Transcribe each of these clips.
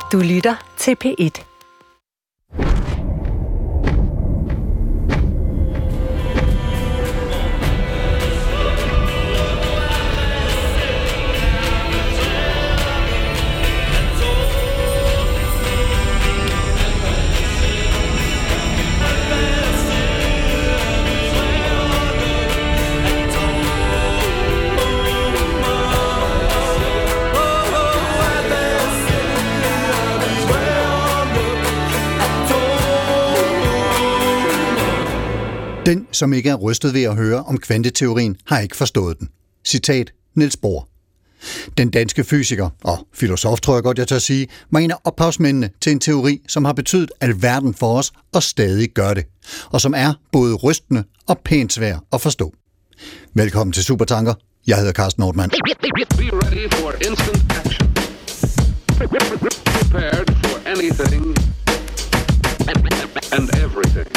Du lytter til P1. Den, som ikke er rystet ved at høre om kvanteteorien, har ikke forstået den. Citat Niels Bohr. Den danske fysiker og filosof, tror jeg godt, jeg tør sige, var en af ophavsmændene til en teori, som har betydet alverden for os og stadig gør det, og som er både rystende og pænt svær at forstå. Velkommen til Supertanker. Jeg hedder Carsten Nordmann. Be ready for instant action. Prepared for anything and everything.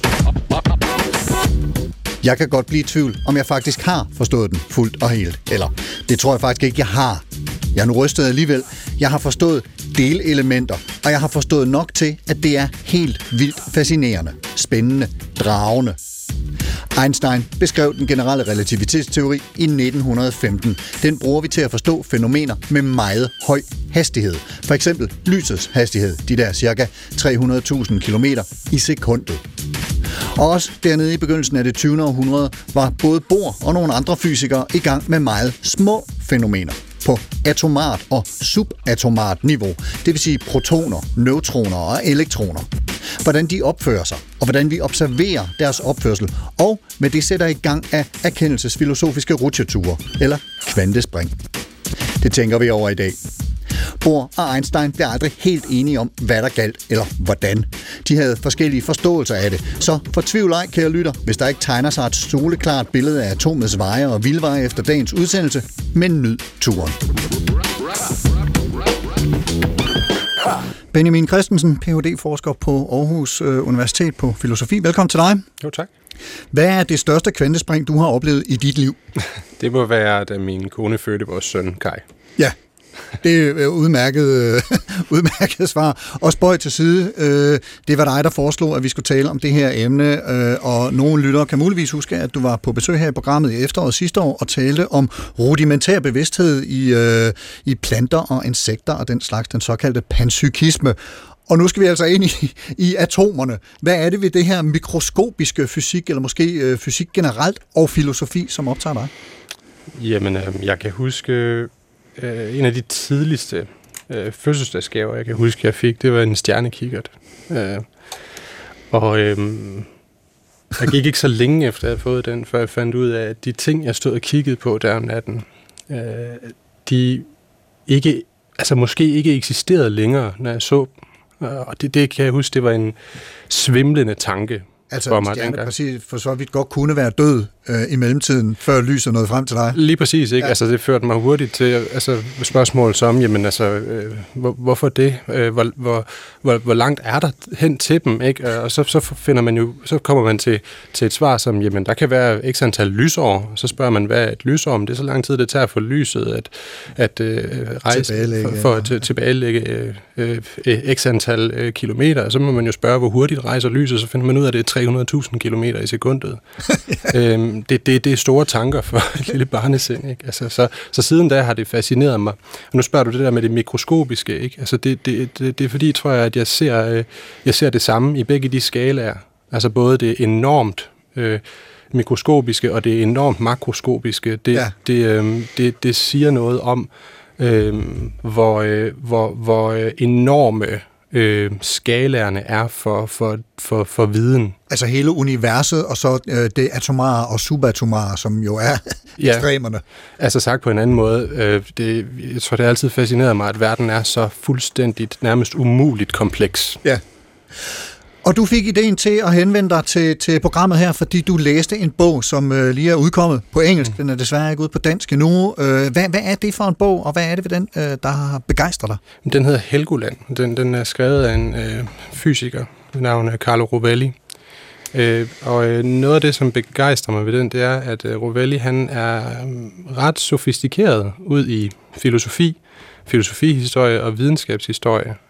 Jeg kan godt blive i tvivl, om jeg faktisk har forstået den fuldt og helt. Eller, det tror jeg faktisk ikke, jeg har. Jeg er nu rystet alligevel. Jeg har forstået delelementer, og jeg har forstået nok til, at det er helt vildt fascinerende, spændende, dragende. Einstein beskrev den generelle relativitetsteori i 1915. Den bruger vi til at forstå fænomener med meget høj hastighed. For eksempel lysets hastighed, de der cirka 300.000 km i sekundet. Og også dernede i begyndelsen af det 20. århundrede var både Bohr og nogle andre fysikere i gang med meget små fænomener på atomart og subatomart niveau, det vil sige protoner, neutroner og elektroner. Hvordan de opfører sig, og hvordan vi observerer deres opførsel, og hvad det sætter i gang af erkendelsesfilosofiske rutsjeture, eller kvantespring. Det tænker vi over i dag. Bohr og Einstein blev aldrig helt enige om, hvad der galt, eller hvordan. De havde forskellige forståelser af det, så fortvivl ej, kære lytter, hvis der ikke tegner sig et soleklart billede af atomets veje og vildveje efter dagens udsendelse, men nyd turen. Benjamin Christensen, Ph.D.-forsker på Aarhus Universitet på filosofi. Velkommen til dig. Jo, tak. Hvad er det største kvantespring, du har oplevet i dit liv? Det må være, da min kone fødte vores søn, Kai. Ja, det er udmærket svar. Og spøj til side, det var dig, der foreslog, at vi skulle tale om det her emne, og nogle lyttere kan muligvis huske, at du var på besøg her i programmet i efteråret sidste år og talte om rudimentær bevidsthed i planter og insekter og den slags, den såkaldte panpsykisme. Og nu skal vi altså ind i atomerne. Hvad er det ved det her mikroskopiske fysik, eller måske fysik generelt, og filosofi, som optager dig? Jamen, jeg kan huske en af de tidligste fødselsdagsgaver, jeg kan huske, jeg fik, det var en stjernekikkert. Jeg gik ikke så længe efter, at jeg havde fået den, før jeg fandt ud af, at de ting, jeg stod og kiggede på der om natten, de ikke, altså måske ikke eksisterede længere, når jeg så dem. Og det kan jeg huske, det var en svimlende tanke. Altså en stjerne præcis for så vidt godt kunne være død i mellemtiden, før lyset nåede frem til dig. Lige præcis, ikke? Ja. Altså det førte mig hurtigt til spørgsmål som, jamen altså, hvorfor det? Hvor langt er der hen til dem, ikke? Og så finder man jo, så kommer man til et svar som, jamen der kan være x antal lysår. Så spørger man, hvad er et lysår? Det er så lang tid, det tager for lyset at rejse for tilbagelægge x antal kilometer. Og så må man jo spørge, hvor hurtigt rejser lyset, så finder man ud af, at det er 300.000 kilometer i sekundet. Det er store tanker for et lille barnesind, ikke? Altså, så siden da har det fascineret mig. Og nu spørger du det der med det mikroskopiske, ikke? Altså det er fordi, tror jeg, at jeg ser det samme i begge de skalaer. Altså både det enormt mikroskopiske og det enormt makroskopiske. Det siger noget om, hvor enorme skalaerne er for viden. Altså hele universet, og så det atomare og subatomare, som jo er ekstremerne. Altså sagt på en anden måde, jeg tror, det er altid fascineret mig, at verden er så fuldstændigt, nærmest umuligt kompleks. Ja. Og du fik ideen til at henvende dig til programmet her, fordi du læste en bog, som lige er udkommet på engelsk. Den er desværre ikke ude på dansk endnu. Hvad er det for en bog, og hvad er det ved den, der har begejstret dig? Den hedder Helgoland. Den er skrevet af en fysiker ved navn Carlo Rovelli. Og noget af det, som begejstrer mig ved den, det er, at Rovelli han er ret sofistikeret ud i filosofihistorie og videnskabshistorie.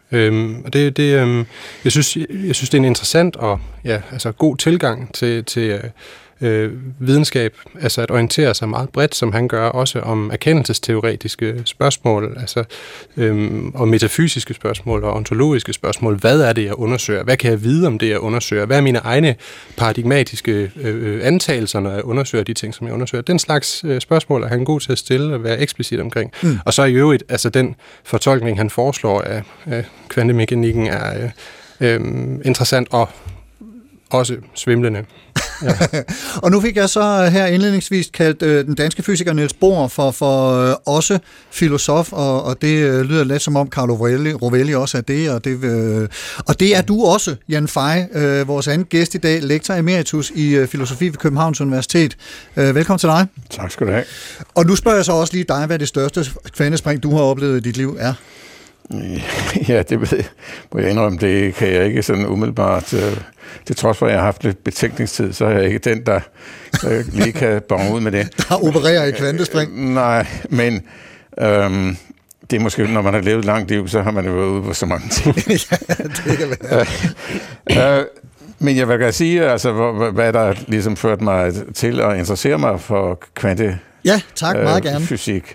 Og jeg synes, det er en interessant og god tilgang til videnskab, altså at orientere sig meget bredt, som han gør, også om erkendelsesteoretiske spørgsmål, altså og metafysiske spørgsmål og ontologiske spørgsmål. Hvad er det, jeg undersøger? Hvad kan jeg vide om det, jeg undersøger? Hvad er mine egne paradigmatiske antagelser, når jeg undersøger de ting, som jeg undersøger? Den slags spørgsmål er han god til at stille og være eksplicit omkring. Og så i øvrigt, altså den fortolkning, han foreslår af kvantemekanikken, er interessant og også svimlende. Ja. Og nu fik jeg så her indledningsvis kaldt den danske fysiker Niels Bohr for også filosof, og det lyder lidt som om Carlo Rovelli også er det, og det er du også, Jan Fey, vores anden gæst i dag, lektor emeritus i filosofi ved Københavns Universitet. Velkommen til dig. Tak skal du have. Og nu spørger jeg så også lige dig, hvad det største kvantespring, du har oplevet i dit liv er. Ja, det må jeg indrømme, det kan jeg ikke sådan umiddelbart. Det trods for, at jeg har haft lidt betænkningstid, så er jeg ikke den, der lige kan bonge ud med det. Der opererer i kvantespring? Nej, men det er måske, når man har levet et langt liv, så har man jo været ude på så mange ting. Ja, det kan være. Men jeg vil gerne sige, altså, hvad der ligesom førte mig til at interessere mig for ja, tak, meget gerne. Fysik.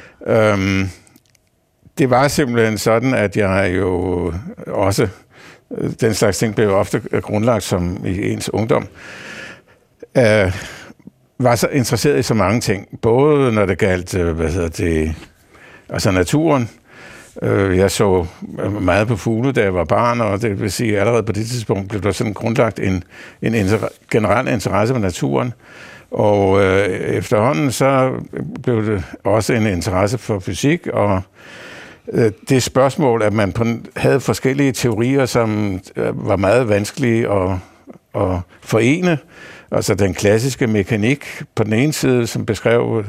Det var simpelthen sådan, at jeg jo også, den slags ting blev ofte grundlagt som i ens ungdom, var så interesseret i så mange ting. Både når det galt, altså naturen. Jeg så meget på fugle, da jeg var barn, og det vil sige, allerede på det tidspunkt blev der sådan grundlagt en generel interesse for naturen. Og efterhånden så blev det også en interesse for fysik, og det spørgsmål, at man havde forskellige teorier, som var meget vanskelige at forene. Altså den klassiske mekanik på den ene side, som beskrev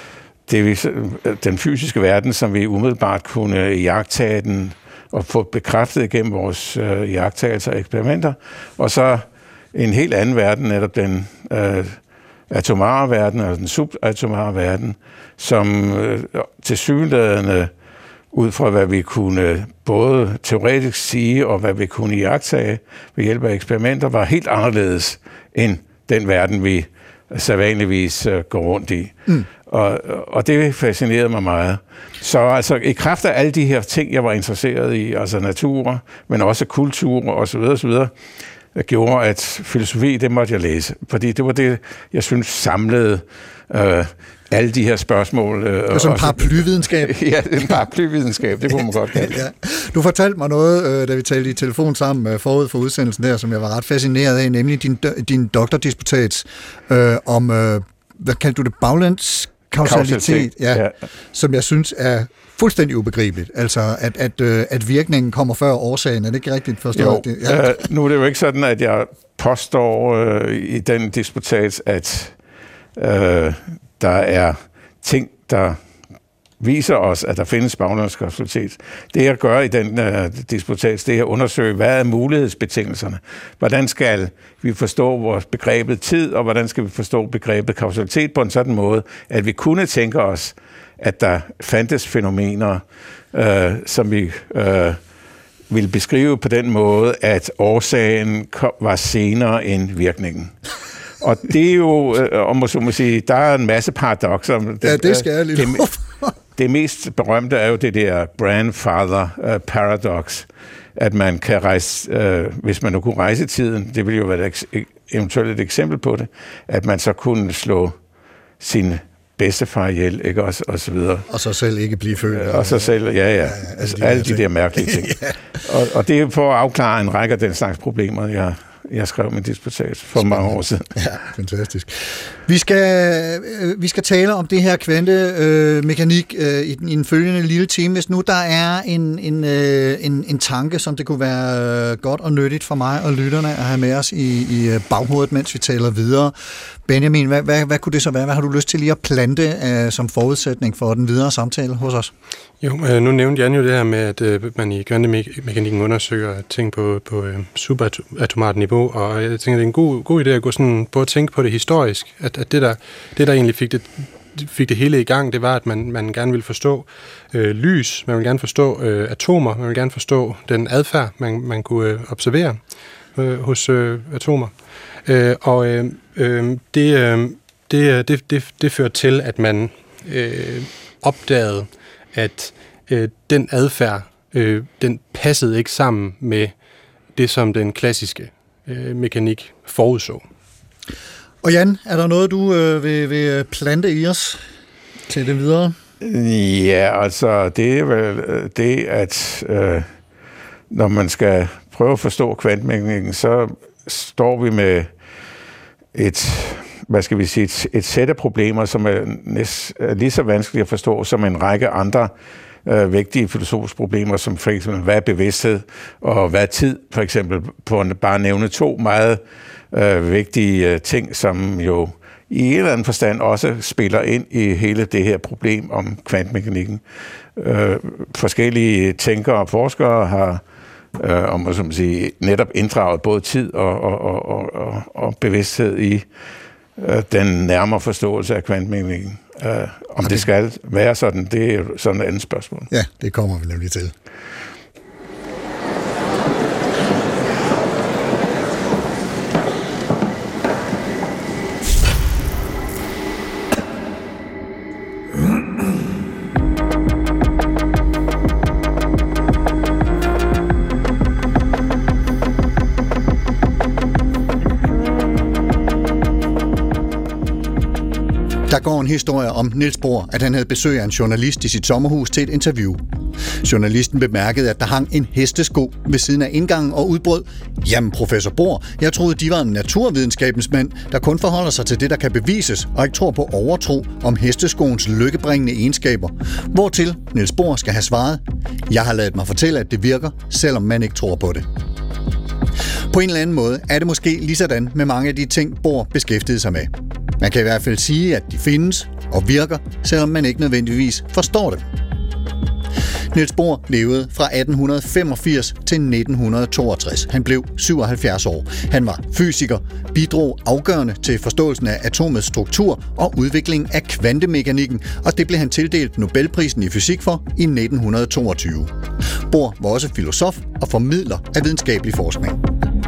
den fysiske verden, som vi umiddelbart kunne iagttage den og få bekræftet gennem vores iagttagelser og eksperimenter. Og så en helt anden verden, netop den atomare verden, eller den subatomare verden, som tilsyneladende ud fra hvad vi kunne både teoretisk sige og hvad vi kunne iagttage ved hjælp af eksperimenter, var helt anderledes end den verden, vi sædvanligvis går rundt i. Og det fascinerede mig meget. Så altså, i kraft af alle de her ting, jeg var interesseret i, altså natur, men også kultur osv., gjorde, at filosofi, det måtte jeg læse. Fordi det var det, jeg synes samlede alle de her spørgsmål. Det er sådan en paraplyvidenskab. Ja, en paraplyvidenskab, det kunne man godt kalde. Ja. Du fortalte mig noget, da vi talte i telefon sammen forud for udsendelsen der, som jeg var ret fascineret af, nemlig din doktordisputats om, hvad kaldte du det, baglæns kausalitet, ja. Som jeg synes er fuldstændig ubegribeligt. Altså, at virkningen kommer før årsagen. Er det ikke rigtigt forstået? Ja. Nu er det jo ikke sådan, at jeg påstår i den disputats, at der er ting, der viser os, at der findes baglæns kausalitet. Det jeg gør i den disputats, det er at undersøge, hvad er mulighedsbetingelserne? Hvordan skal vi forstå vores begrebet tid, og hvordan skal vi forstå begrebet kausalitet på en sådan måde, at vi kunne tænke os, at der fandtes fænomener, som vi ville beskrive på den måde, at årsagen var senere end virkningen. Og det er jo, om man så må sige, der er en masse paradokser. Ja, det skal jeg lige det mest berømte er jo det der grandfather paradox, at man kan rejse, hvis man nu kunne rejse i tiden, det ville jo være eventuelt et eksempel på det, at man så kunne slå sin bedstefar ihjel, ikke? Og så videre. Og så selv ikke blive født. Og så selv, ja. Alle de der mærkelige ting. Ja. Og det er for at afklare en række af den slags problemer, jeg skrev min disputat for mange år siden. Ja, fantastisk. Vi skal tale om det her kvantemekanik i den følgende lille time. Hvis nu der er en tanke, som det kunne være godt og nyttigt for mig og lytterne at have med os i baghovedet, mens vi taler videre. Benjamin, hvad kunne det så være? Hvad har du lyst til lige at plante som forudsætning for den videre samtale hos os? Jo, nu nævnte Jan jo det her med, at man i kvantemekanikken undersøger ting på subatomart niveau, og jeg tænker, det er en god idé at gå sådan på at tænke på det historisk, at det der egentlig fik det fik det hele i gang, det var, at man gerne ville forstå lys, man ville gerne forstå atomer, man ville gerne forstå den adfærd, man kunne observere hos atomer. Det førte til, at man opdagede, at den adfærd, den passede ikke sammen med det, som den klassiske mekanik forudså. Og Jan, er der noget, du vil plante i os til det videre? Ja, altså det er vel det, at når man skal prøve at forstå kvantemekanikken, så står vi med et sæt af problemer, som er lige så vanskeligt at forstå som en række andre vægtige filosofiske problemer, som for eksempel, hvad er bevidsthed, og hvad er tid, for eksempel, på bare nævne 2 meget vigtige ting, som jo i en eller anden forstand også spiller ind i hele det her problem om kvantemekanikken. Forskellige tænkere og forskere har netop inddraget både tid og bevidsthed i den nærmere forståelse af kvantemekanikken. Om det skal være sådan, det er sådan et andet spørgsmål. Ja, det kommer vi nemlig til. Der går en historie om Niels Bohr, at han havde besøg af en journalist i sit sommerhus til et interview. Journalisten bemærkede, at der hang en hestesko ved siden af indgangen og udbrød: "Jamen, professor Bohr, jeg troede, de var en naturvidenskabens mand, der kun forholder sig til det, der kan bevises, og ikke tror på overtro om hesteskoens lykkebringende egenskaber." Hvortil Niels Bohr skal have svaret: "Jeg har ladet mig fortælle, at det virker, selvom man ikke tror på det." På en eller anden måde er det måske ligesådan med mange af de ting, Bohr beskæftigede sig med. Man kan i hvert fald sige, at de findes og virker, selvom man ikke nødvendigvis forstår det. Niels Bohr levede fra 1885 til 1962. Han blev 77 år. Han var fysiker, bidrog afgørende til forståelsen af atomets struktur og udviklingen af kvantemekanikken, og det blev han tildelt Nobelprisen i fysik for i 1922. Bohr var også filosof og formidler af videnskabelig forskning.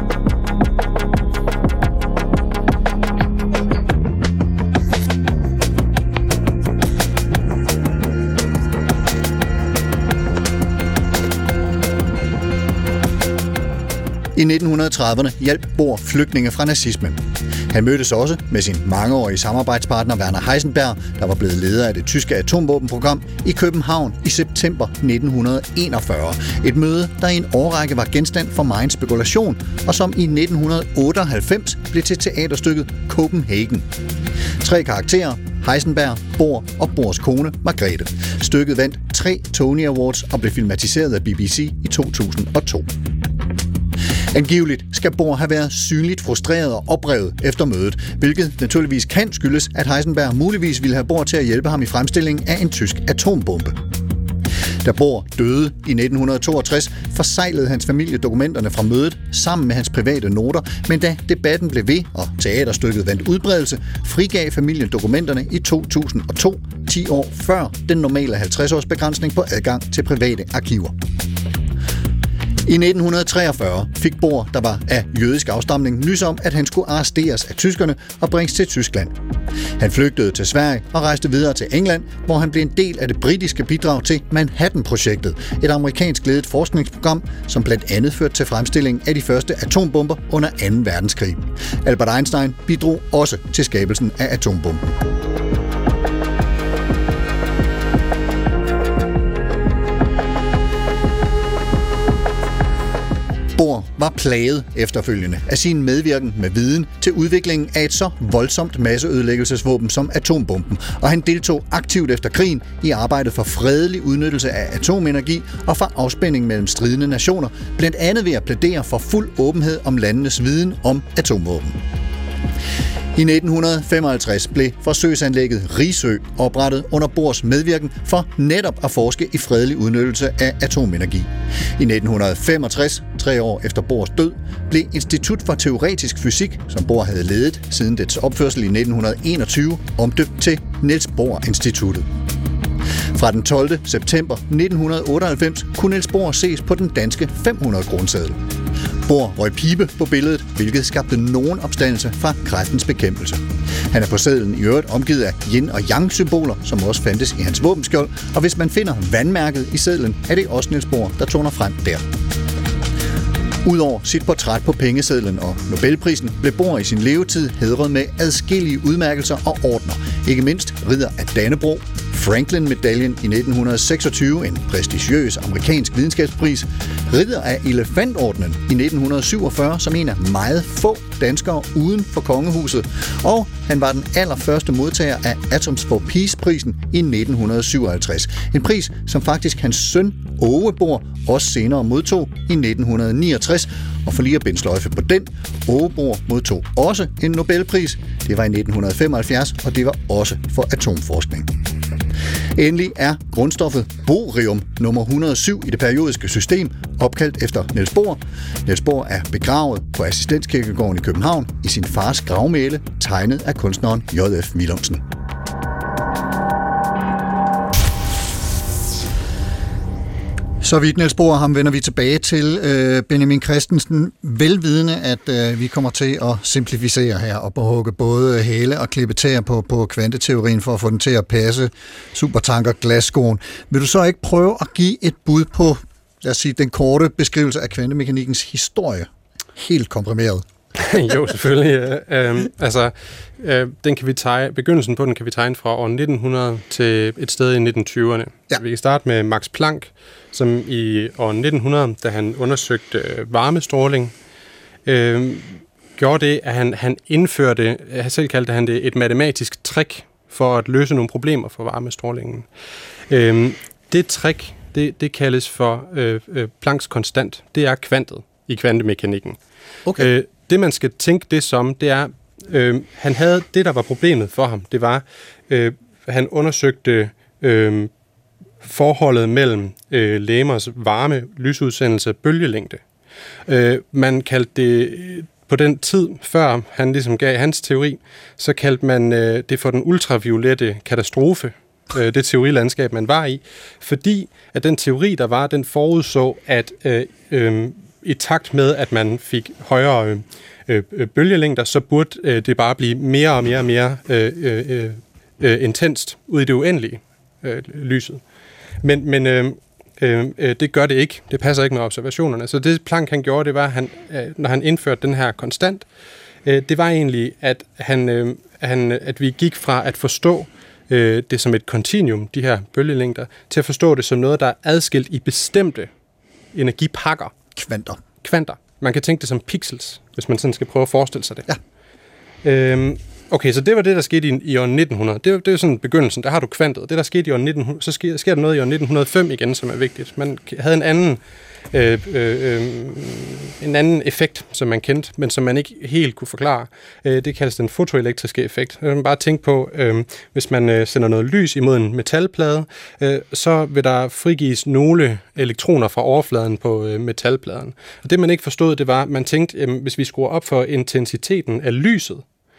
I 1930'erne hjalp Bohr flygtninge fra nazismen. Han mødtes også med sin mangeårige samarbejdspartner Werner Heisenberg, der var blevet leder af det tyske atomvåbenprogram, i København i september 1941. Et møde, der i en årrække var genstand for megen spekulation, og som i 1998 blev til teaterstykket Copenhagen. 3 karakterer: Heisenberg, Bohr og Bohrs kone, Margrethe. Stykket vandt 3 Tony Awards og blev filmatiseret af BBC i 2002. Angiveligt skal Bohr have været synligt frustreret og oprevet efter mødet, hvilket naturligvis kan skyldes, at Heisenberg muligvis ville have Bohr til at hjælpe ham i fremstillingen af en tysk atombombe. Da Bohr døde i 1962, forseglede hans familie dokumenterne fra mødet sammen med hans private noter, men da debatten blev ved og teaterstykket vandt udbredelse, frigav familien dokumenterne i 2002, 10 år før den normale 50-års begrænsning på adgang til private arkiver. I 1943 fik Bohr, der var af jødisk afstamning, nys om, at han skulle arresteres af tyskerne og bringes til Tyskland. Han flygtede til Sverige og rejste videre til England, hvor han blev en del af det britiske bidrag til Manhattan-projektet, et amerikansk ledet forskningsprogram, som blandt andet førte til fremstillingen af de første atombomber under 2. verdenskrig. Albert Einstein bidrog også til skabelsen af atombomben. Bohr var plaget efterfølgende af sin medvirken med viden til udviklingen af et så voldsomt masseødelæggelsesvåben som atombomben, og han deltog aktivt efter krigen i arbejdet for fredelig udnyttelse af atomenergi og for afspænding mellem stridende nationer, blandt andet ved at plædere for fuld åbenhed om landenes viden om atomvåben. I 1955 blev forsøgsanlægget Risø oprettet under Bohrs medvirken for netop at forske i fredelig udnyttelse af atomenergi. I 1965, 3 år efter Bohrs død, blev Institut for Teoretisk Fysik, som Bohr havde ledet siden dets opførsel i 1921, omdøbt til Niels Bohr-instituttet. Fra den 12. september 1998 kunne Niels Bohr ses på den danske 500-kroneseddel. Bohr røg pibe på billedet, hvilket skabte nogen opstandelse fra kræftens bekæmpelse. Han er på sedlen i øvrigt omgivet af yin- og yang-symboler, som også fandtes i hans våbenskjold, og hvis man finder vandmærket i sedlen, er det også Niels Bohr, der toner frem der. Udover sit portræt på pengesedlen og Nobelprisen blev Bohr i sin levetid hædret med adskillige udmærkelser og ordner, ikke mindst Ridder af Dannebrog, Franklin-medaljen i 1926, en prestigiøs amerikansk videnskabspris, Ridder af Elefantordenen i 1947 som en af meget få danskere uden for kongehuset, og han var den allerførste modtager af Atoms for Peace-prisen i 1957. En pris, som faktisk hans søn Aage Bohr også senere modtog i 1969, og for lige at binde sløjfe på den, Aage Bohr modtog også en Nobelpris. Det var i 1975, og det var også for atomforskning. Endelig er grundstoffet borium nummer 107 i det periodiske system, opkaldt efter Niels Bohr. Niels Bohr er begravet på Assistenskirkegården i København i sin fars gravmæle, tegnet af kunstneren J.F. Willumsen. Så vidt Niels Bohr, ham vender vi tilbage til. Benjamin Christensen, velvidende, at vi kommer til at simplificere her og hugge både hæle og klippe tæer på kvanteteorien for at få den til at passe supertanker glasskoen. Vil du så ikke prøve at give et bud på, lad os sige, den korte beskrivelse af kvantemekanikkens historie? Helt komprimeret. Jo, selvfølgelig. Den kan vi tegne, begyndelsen på den kan vi tegne fra år 1900 til et sted i 1920'erne. Ja. Vi kan starte med Max Planck, som i år 1900, da han undersøgte varmestråling, gjorde det, at han indførte, selv kaldte han det, et matematisk trick for at løse nogle problemer for varmestrålingen. Det trick, det kaldes for Plancks konstant. Det er kvantet i kvantemekanikken. Okay. Det, man skal tænke det som, det er, han havde det, der var problemet for ham. Det var, han undersøgte forholdet mellem legemers varme, lysudsendelse og bølgelængde. Man kaldte det, på den tid, før han ligesom gav hans teori, så kaldte man det for den ultraviolette katastrofe, det teorilandskab, man var i, fordi at den teori, der var, den forudså, at i takt med, at man fik højere bølgelængder, så burde det bare blive mere og mere og mere intenst ud i det uendelige, lyset. Men det gør det ikke. Det passer ikke med observationerne. Så det Planck han gjorde, det var, når han indførte den her konstant, det var egentlig, at vi gik fra at forstå det som et kontinuum, de her bølgelængder, til at forstå det som noget, der er adskilt i bestemte energipakker. Kvanter. Man kan tænke det som pixels, hvis man sådan skal prøve at forestille sig det. Ja. Okay, så det var det, der skete i år 1900. Det er sådan begyndelsen. Der har du kvantet. Det, der skete i år 1900, så sker der noget i år 1905 igen, som er vigtigt. Man havde en anden effekt, som man kendte, men som man ikke helt kunne forklare. Det kaldes den fotoelektriske effekt. Man bare tænke på, hvis man sender noget lys imod en metalplade, så vil der frigives nogle elektroner fra overfladen på metalpladen. Og det, man ikke forstod, det var, at man tænkte, hvis vi skruer op for intensiteten af lyset,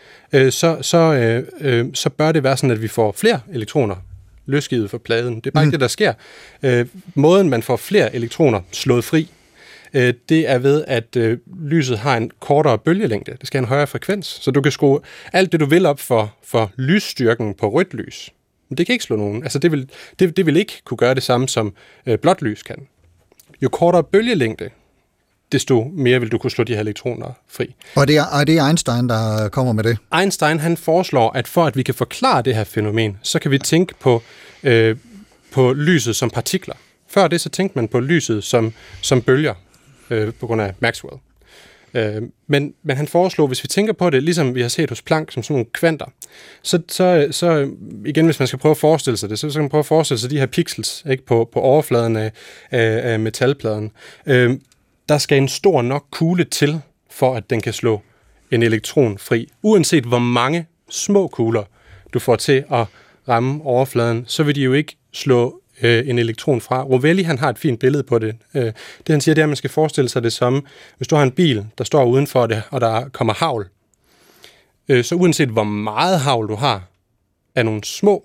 så bør det være sådan, at vi får flere elektroner løsgivet fra pladen. Det er bare ikke det, der sker. Måden, man får flere elektroner slået fri, det er ved, at lyset har en kortere bølgelængde. Det skal have en højere frekvens. Så du kan skrue alt det, du vil op for lysstyrken på rødt lys. Men det kan ikke slå nogen. Altså, det vil ikke kunne gøre det samme, som blåt lys kan. Jo kortere bølgelængde, desto mere vil du kunne slå de her elektroner fri. Og det er Einstein, der kommer med det? Einstein, han foreslår, at for at vi kan forklare det her fænomen, så kan vi tænke på lyset som partikler. Før det, så tænkte man på lyset som bølger, på grund af Maxwell. Men han foreslår, hvis vi tænker på det, ligesom vi har set hos Planck, som sådan nogle kvanter, så igen, hvis man skal prøve at forestille sig det, så skal man prøve at forestille sig de her pixels, ikke, på overfladen af metalpladen. Der skal en stor nok kugle til, for at den kan slå en elektron fri. Uanset hvor mange små kugler du får til at ramme overfladen, så vil de jo ikke slå en elektron fra. Rovelli, han har et fint billede på det. Det han siger, det er, at man skal forestille sig det som, hvis du har en bil, der står udenfor det, og der kommer hagl, så uanset hvor meget hagl du har, af nogle små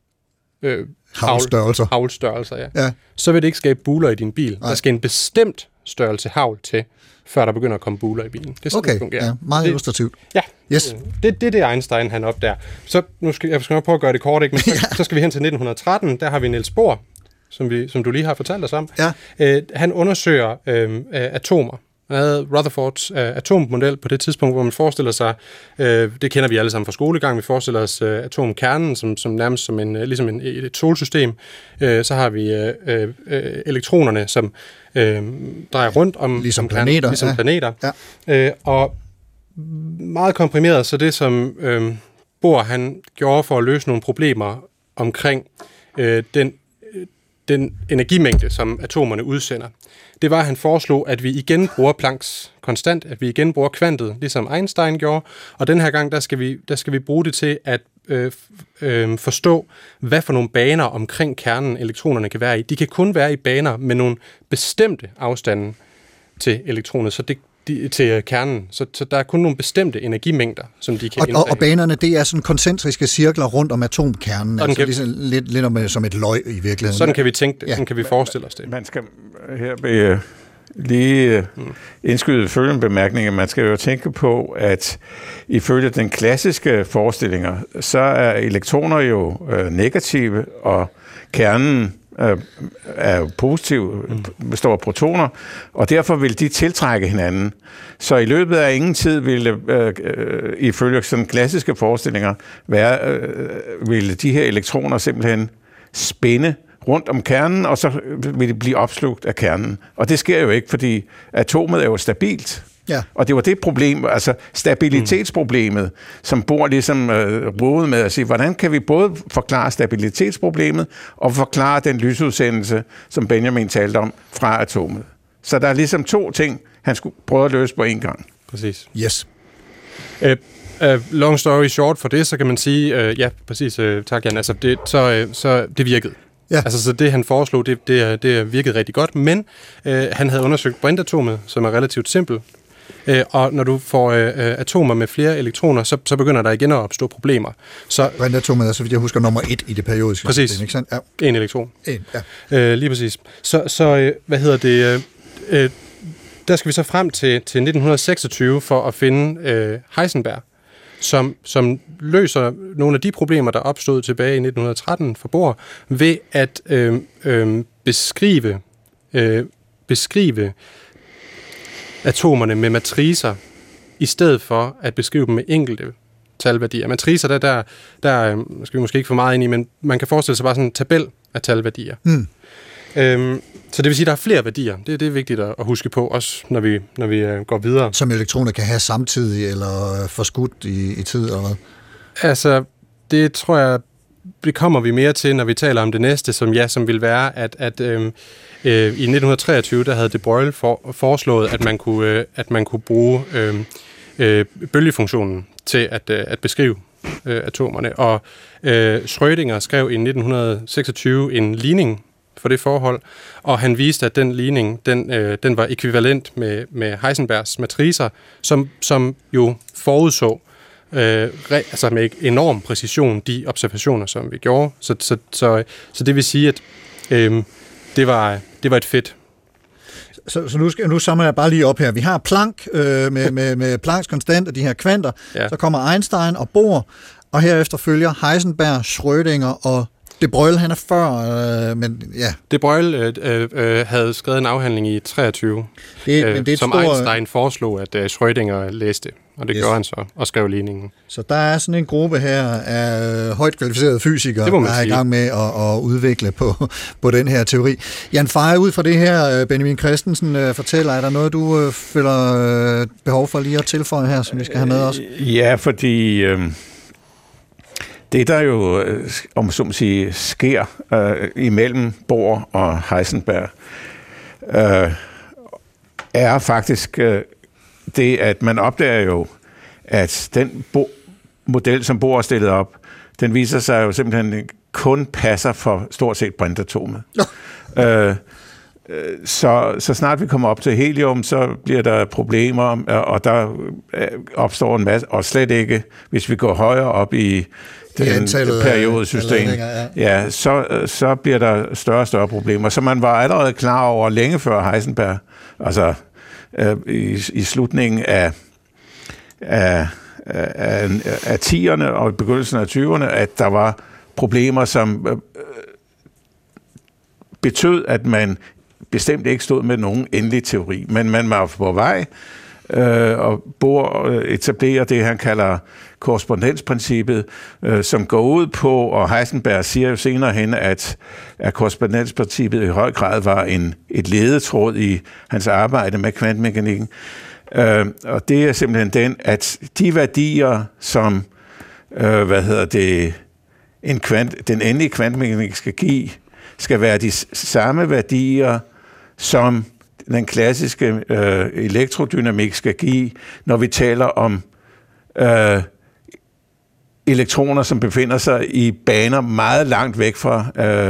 haglstørrelser, ja. Så vil det ikke skabe buler i din bil. Nej. Der skal en bestemt størrelse hagl til, før der begynder at komme buler i bilen. Det er sådan, det fungerer. Ja, meget illustrativt. Ja, yes. Det er det Einstein, han opdager. Så nu skal jeg nok prøve at gøre det kort, ikke? Men så skal vi hen til 1913, der har vi Niels Bohr, som du lige har fortalt os om. Ja. Han undersøger atomer. Han havde Rutherfords atommodel på det tidspunkt, hvor man forestiller sig, det kender vi alle sammen fra skolegang, vi forestiller os atomkernen som nærmest som ligesom et solsystem. Så har vi elektronerne, som drejer rundt om ligesom planeter. Ligesom planeter. Ja. Og meget komprimeret, så det som Bohr han gjorde for at løse nogle problemer omkring den energimængde, som atomerne udsender, det var, at han foreslog, at vi igen bruger Plancks konstant, at vi igen bruger kvantet, ligesom Einstein gjorde, og den her gang, der skal vi bruge det til at forstå, hvad for nogle baner omkring kernen elektronerne kan være i. De kan kun være i baner med nogle bestemte afstande til elektronet, til kernen. Så der er kun nogle bestemte energimængder, som de kan indtage. Og banerne, det er sådan koncentriske cirkler rundt om atomkernen, altså ligesom lidt som et løg i virkeligheden. Sådan kan vi tænke det, sådan kan vi forestille os det. Man skal her lige indskyde følgende bemærkninger. Man skal jo tænke på, at ifølge den klassiske forestillinger, så er elektroner jo negative, og kernen er jo positiv, består af protoner, og derfor vil de tiltrække hinanden. Så i løbet af ingen tid ville, ifølge sådan klassiske forestillinger, ville de her elektroner simpelthen spænde rundt om kernen, og så vil det blive opslugt af kernen. Og det sker jo ikke, fordi atomet er jo stabilt. Ja. Og det var det problem, altså stabilitetsproblemet, som Bohr ligesom rodede med at sige, hvordan kan vi både forklare stabilitetsproblemet og forklare den lysudsendelse, som Benjamin talte om, fra atomet. Så der er ligesom to ting, han skulle prøve at løse på en gang. Præcis. Yes. Long story short for det, så kan man sige, ja, præcis, tak Jan, altså det virkede. Ja. Altså, så det, han foreslog, det virkede rigtig godt, men han havde undersøgt brintatomet, som er relativt simpelt, og når du får atomer med flere elektroner, så begynder der igen at opstå problemer. Så brintatomet er, så vidt jeg husker, nummer 1 i det periodiske. Præcis. System, ikke sandt? Ja. En elektron. Ja. Lige præcis. Så hvad hedder det? Der skal vi så frem til 1926 for at finde Heisenberg, som løser nogle af de problemer, der opstod tilbage i 1913 for Bohr, ved at beskrive atomerne med matricer, i stedet for at beskrive dem med enkelte talværdier. Matricer, der skal vi måske ikke få meget ind i, men man kan forestille sig bare sådan en tabel af talværdier. Så det vil sige, at der er flere værdier. Det er vigtigt at huske på, også når vi går videre. Som elektroner kan have samtidig, eller forskudt i tid, eller hvad? Altså, det tror jeg, det kommer vi mere til, når vi taler om det næste, som vil være, at i 1923, der havde de Broglie foreslået, at man kunne bruge bølgefunktionen til at beskrive atomerne. Og Schrödinger skrev i 1926 en ligning for det forhold, og han viste, at den ligning, den var ekvivalent med Heisenbergs matricer, som jo forudså altså med enorm præcision de observationer, som vi gjorde. Så det vil sige, at det var et fedt. Så nu samler jeg bare lige op her. Vi har Planck med Plancks konstant og de her kvanter. Ja. Så kommer Einstein og Bohr, og herefter følger Heisenberg, Schrödinger og de Broglie, han er før, men ja. De Broglie havde skrevet en afhandling i 23, som Einstein foreslog, at Schrödinger læste, og det gjorde han så, og skrev ligningen. Så der er sådan en gruppe her af højt kvalificerede fysikere, der er i gang med at udvikle på den her teori. Jan Feje, ud fra det her, Benjamin Christensen fortæller, er der noget, du føler behov for lige at tilføje her, som vi skal have med os? Ja, fordi det, der jo, om så må sige, sker imellem Bohr og Heisenberg, er faktisk det, at man opdager jo, at den model, som Bohr har stillet op, den viser sig jo simpelthen kun passer for stort set brintatomet. Så snart vi kommer op til helium, så bliver der problemer, og der opstår en masse, og slet ikke, hvis vi går højere op i den periodesystem, så bliver der større og større problemer. Så man var allerede klar over længe før Heisenberg, altså i slutningen af 10'erne og i begyndelsen af 20'erne, at der var problemer, som betød, at man bestemt ikke stod med nogen endelig teori, men man var på vej, og Bohr etablerer det, han kalder korrespondensprincippet, som går ud på, og Heisenberg siger jo senere hen, at korrespondensprincippet i høj grad var et ledetråd i hans arbejde med kvantemekanikken. Og det er simpelthen den, at de værdier, som den endelige kvantemekanik skal give, skal være de samme værdier, som den klassiske elektrodynamik skal give, når vi taler om elektroner, som befinder sig i baner meget langt væk fra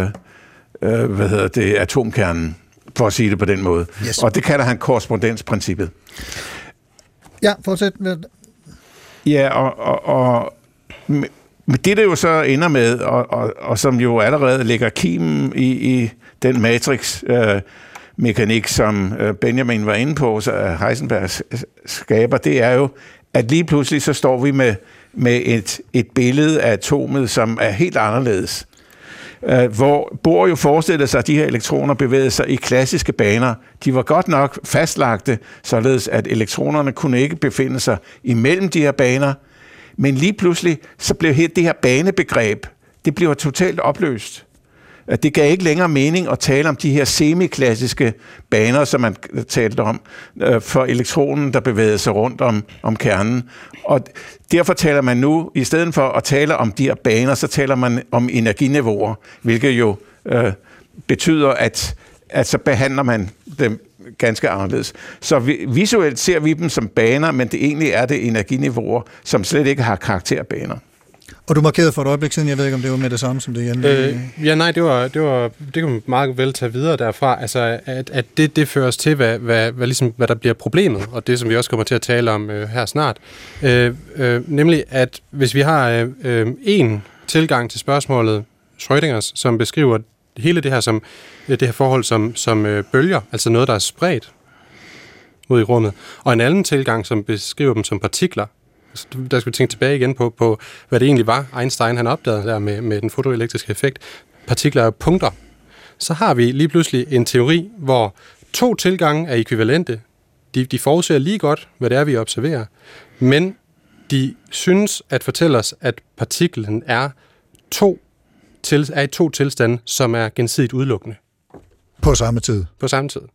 atomkernen, for at sige det på den måde. Yes. Og det kalder han korrespondensprincippet. Ja, fortsæt. Ja, og det jo så ender med, og som jo allerede ligger kimen i den matrix-mekanik, som Benjamin var inde på, så Heisenberg skaber, det er jo, at lige pludselig så står vi med et billede af atomet, som er helt anderledes. Hvor Bohr jo forestillede sig, at de her elektroner bevægede sig i klassiske baner. De var godt nok fastlagte, således at elektronerne kunne ikke befinde sig imellem de her baner, men lige pludselig så blev det her banebegreb, det blev totalt opløst. Det gav ikke længere mening at tale om de her semiklassiske baner, som man talte om, for elektronen, der bevægede sig rundt om kernen. Og derfor taler man nu, i stedet for at tale om de her baner, så taler man om energiniveauer, hvilket jo betyder, at så behandler man dem ganske anderledes. Så visuelt ser vi dem som baner, men det egentlig er det energiniveauer, som slet ikke har karakter af baner. Og du markerede for et øjeblik siden, jeg ved ikke, om det var med det samme, som det igen. Det kan man meget vel tage videre derfra, altså at det fører os til, hvad der bliver problemet, og det, som vi også kommer til at tale om her snart. Nemlig, at hvis vi har en tilgang til spørgsmålet Schrödingers, som beskriver hele det her som det her forhold som bølger, altså noget, der er spredt ud i rummet, og en anden tilgang, som beskriver dem som partikler. Der skal vi tænke tilbage igen på, hvad det egentlig var, Einstein han opdagede der med den fotoelektriske effekt. Partikler er punkter. Så har vi lige pludselig en teori, hvor to tilgange er ekvivalente. De forudser lige godt, hvad det er, vi observerer, men de synes at fortælle os, at partiklen er i to tilstande, som er gensidigt udelukkende. På samme tid. På samme tid.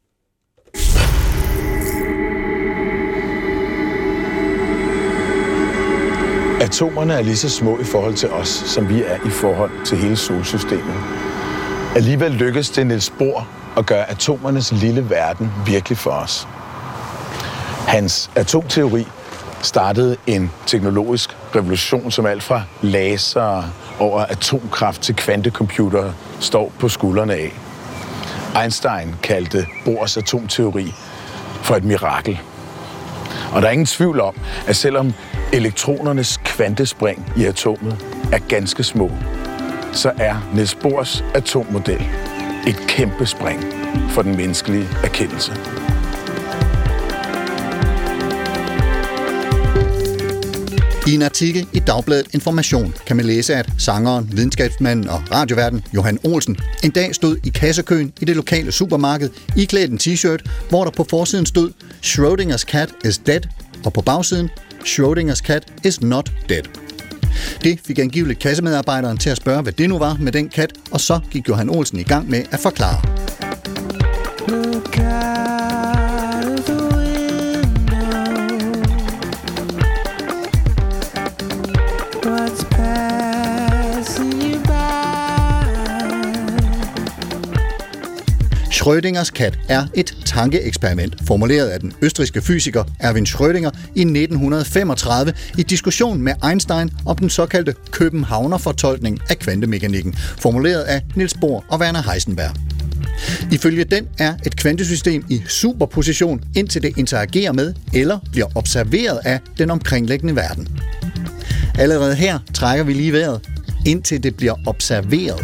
Atomerne er lige så små i forhold til os, som vi er i forhold til hele solsystemet. Alligevel lykkedes det Niels Bohr at gøre atomernes lille verden virkelig for os. Hans atomteori startede en teknologisk revolution, som alt fra laser over atomkraft til kvantecomputere står på skuldrene af. Einstein kaldte Bohrs atomteori for et mirakel. Og der er ingen tvivl om, at selvom elektronernes kvantespring i atomet er ganske små, så er Niels Bohrs atommodel et kæmpe spring for den menneskelige erkendelse. I en artikel i Dagbladet Information kan man læse, at sangeren, videnskabsmanden og radioværten Johan Olsen en dag stod i kassekøen i det lokale supermarked iklædt en t-shirt, hvor der på forsiden stod Schrödingers cat is dead, og på bagsiden Schrödingers cat is not dead. Det fik angiveligt kassemedarbejderen til at spørge, hvad det nu var med den kat, og så gik Johan Olsen i gang med at forklare. Schrödingers kat er et tankeeksperiment, formuleret af den østrigske fysiker Erwin Schrödinger i 1935 i diskussion med Einstein om den såkaldte Københavner-fortolkning af kvantemekanikken, formuleret af Niels Bohr og Werner Heisenberg. Ifølge den er et kvantesystem i superposition, indtil det interagerer med eller bliver observeret af den omkringliggende verden. Allerede her trækker vi lige vejret, indtil det bliver observeret.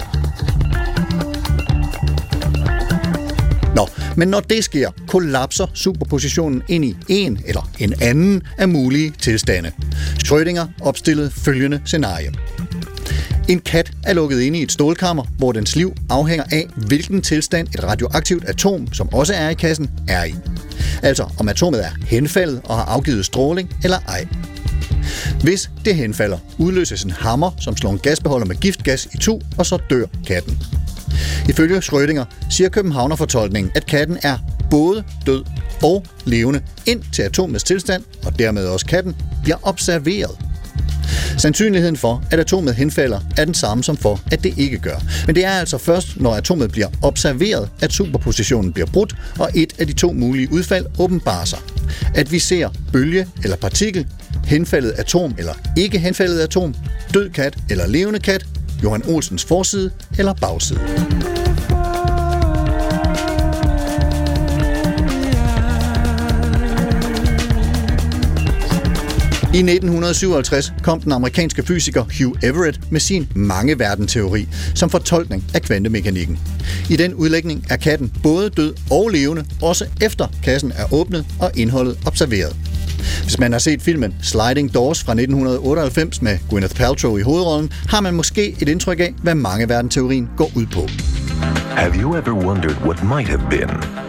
Men når det sker, kollapser superpositionen ind i en eller en anden af mulige tilstande. Schrödinger opstillede følgende scenarie. En kat er lukket inde i et stålkammer, hvor dens liv afhænger af, hvilken tilstand et radioaktivt atom, som også er i kassen, er i. Altså om atomet er henfaldet og har afgivet stråling eller ej. Hvis det henfalder, udløses en hammer, som slår en gasbeholder med giftgas itu, og så dør katten. Ifølge Schrödinger siger Københavner-fortolkningen, at katten er både død og levende, indtil atomets tilstand, og dermed også katten, bliver observeret. Sandsynligheden for, at atomet henfalder, er den samme som for, at det ikke gør. Men det er altså først, når atomet bliver observeret, at superpositionen bliver brudt, og et af de to mulige udfald åbenbarer sig. At vi ser bølge eller partikel, henfaldet atom eller ikke henfaldet atom, død kat eller levende kat, Johan Olsens forside eller bagside. I 1957 kom den amerikanske fysiker Hugh Everett med sin mangeverdenteori som fortolkning af kvantemekanikken. I den udlægning er katten både død og levende, også efter kassen er åbnet og indholdet observeret. Hvis man har set filmen Sliding Doors fra 1998 med Gwyneth Paltrow i hovedrollen, har man måske et indtryk af, hvad mangeverdenteorien går ud på. Have you ever wondered what might have been?